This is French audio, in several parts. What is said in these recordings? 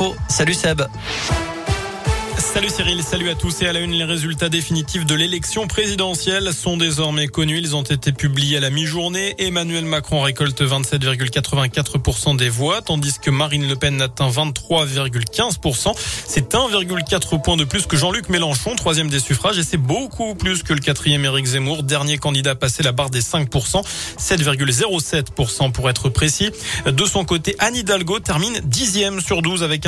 l'info. Salut Seb. Salut Cyril, salut à tous et à la une, les résultats définitifs de l'élection présidentielle sont désormais connus. Ils ont été publiés à la mi-journée. Emmanuel Macron récolte 27,84% des voix, tandis que Marine Le Pen atteint 23,15%. C'est 1,4 point de plus que Jean-Luc Mélenchon, troisième des suffrages, et c'est beaucoup plus que le quatrième Éric Zemmour, dernier candidat à passer la barre des 5%, 7,07% pour être précis. De son côté, Anne Hidalgo termine 10e sur 12 avec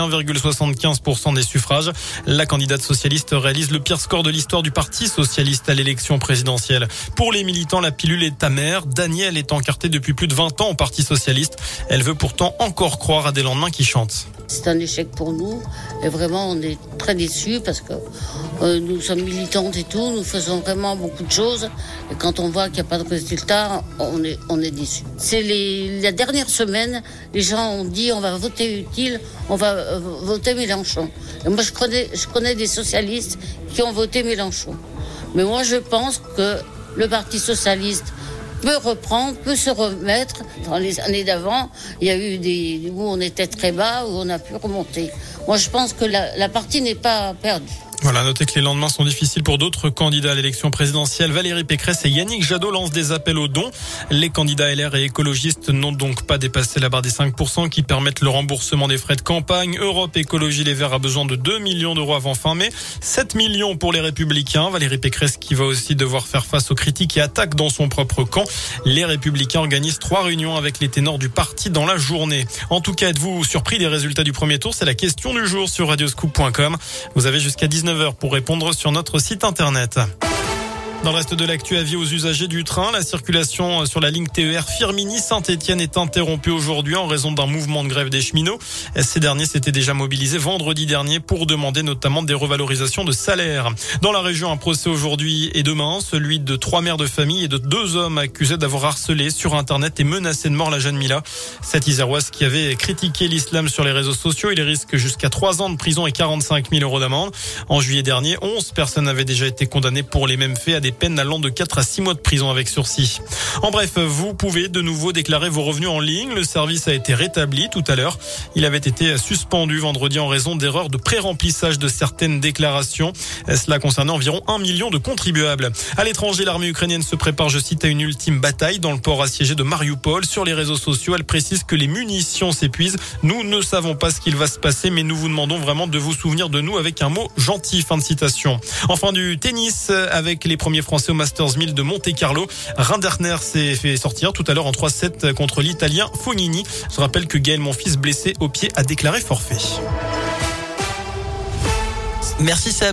1,75% des suffrages. La candidate socialiste réalise le pire score de l'histoire du Parti socialiste à l'élection présidentielle. Pour les militants, la pilule est amère. Danielle est encartée depuis plus de 20 ans au Parti socialiste. Elle veut pourtant encore croire à des lendemains qui chantent. C'est un échec pour nous et vraiment on est très déçus parce que nous sommes militantes et tout, nous faisons vraiment beaucoup de choses et quand on voit qu'il n'y a pas de résultat, on est déçus. C'est la dernière semaine, les gens ont dit on va voter utile, on va voter Mélenchon. Et moi je connais des socialistes qui ont voté Mélenchon. Mais moi je pense que le Parti socialiste peut reprendre, peut se remettre. Dans les années d'avant, il y a eu où on était très bas, où on a pu remonter. Moi, je pense que la partie n'est pas perdue. Voilà, notez que les lendemains sont difficiles pour d'autres candidats à l'élection présidentielle. Valérie Pécresse et Yannick Jadot lancent des appels aux dons. Les candidats LR et écologistes n'ont donc pas dépassé la barre des 5% qui permettent le remboursement des frais de campagne. Europe Écologie Les Verts a besoin de 2 millions d'euros avant fin mai. 7 millions pour les Républicains. Valérie Pécresse qui va aussi devoir faire face aux critiques et attaques dans son propre camp. Les Républicains organisent 3 réunions avec les ténors du parti dans la journée. En tout cas, êtes-vous surpris des résultats du premier tour? C'est la question du jour sur radioscoop.com. Vous avez jusqu'à 19h pour répondre sur notre site internet. Dans le reste de l'actu, avis aux usagers du train, la circulation sur la ligne TER Firminy-Saint-Étienne est interrompue aujourd'hui en raison d'un mouvement de grève des cheminots. Ces derniers s'étaient déjà mobilisés vendredi dernier pour demander notamment des revalorisations de salaire. Dans la région, un procès aujourd'hui et demain, celui de 3 mères de famille et de 2 hommes accusés d'avoir harcelé sur Internet et menacé de mort la jeune Mila. Cette Iséroise qui avait critiqué l'islam sur les réseaux sociaux, il risque jusqu'à 3 ans de prison et 45 000 euros d'amende. En juillet dernier, 11 personnes avaient déjà été condamnées pour les mêmes faits à des peines allant de 4 à 6 mois de prison avec sursis. En bref, vous pouvez de nouveau déclarer vos revenus en ligne. Le service a été rétabli tout à l'heure. Il avait été suspendu vendredi en raison d'erreurs de pré-remplissage de certaines déclarations. Cela concernait environ 1 million de contribuables. À l'étranger, l'armée ukrainienne se prépare, je cite, à une ultime bataille dans le port assiégé de Mariupol. Sur les réseaux sociaux, elle précise que les munitions s'épuisent. Nous ne savons pas ce qu'il va se passer, mais nous vous demandons vraiment de vous souvenir de nous avec un mot gentil. Fin de citation. Enfin, du tennis avec les premiers Français au Masters 1000 de Monte-Carlo. Rinderkner s'est fait sortir tout à l'heure en 3-7 contre l'Italien Fognini. Je rappelle que Gaël Monfils, blessé au pied, a déclaré forfait. Merci Seb.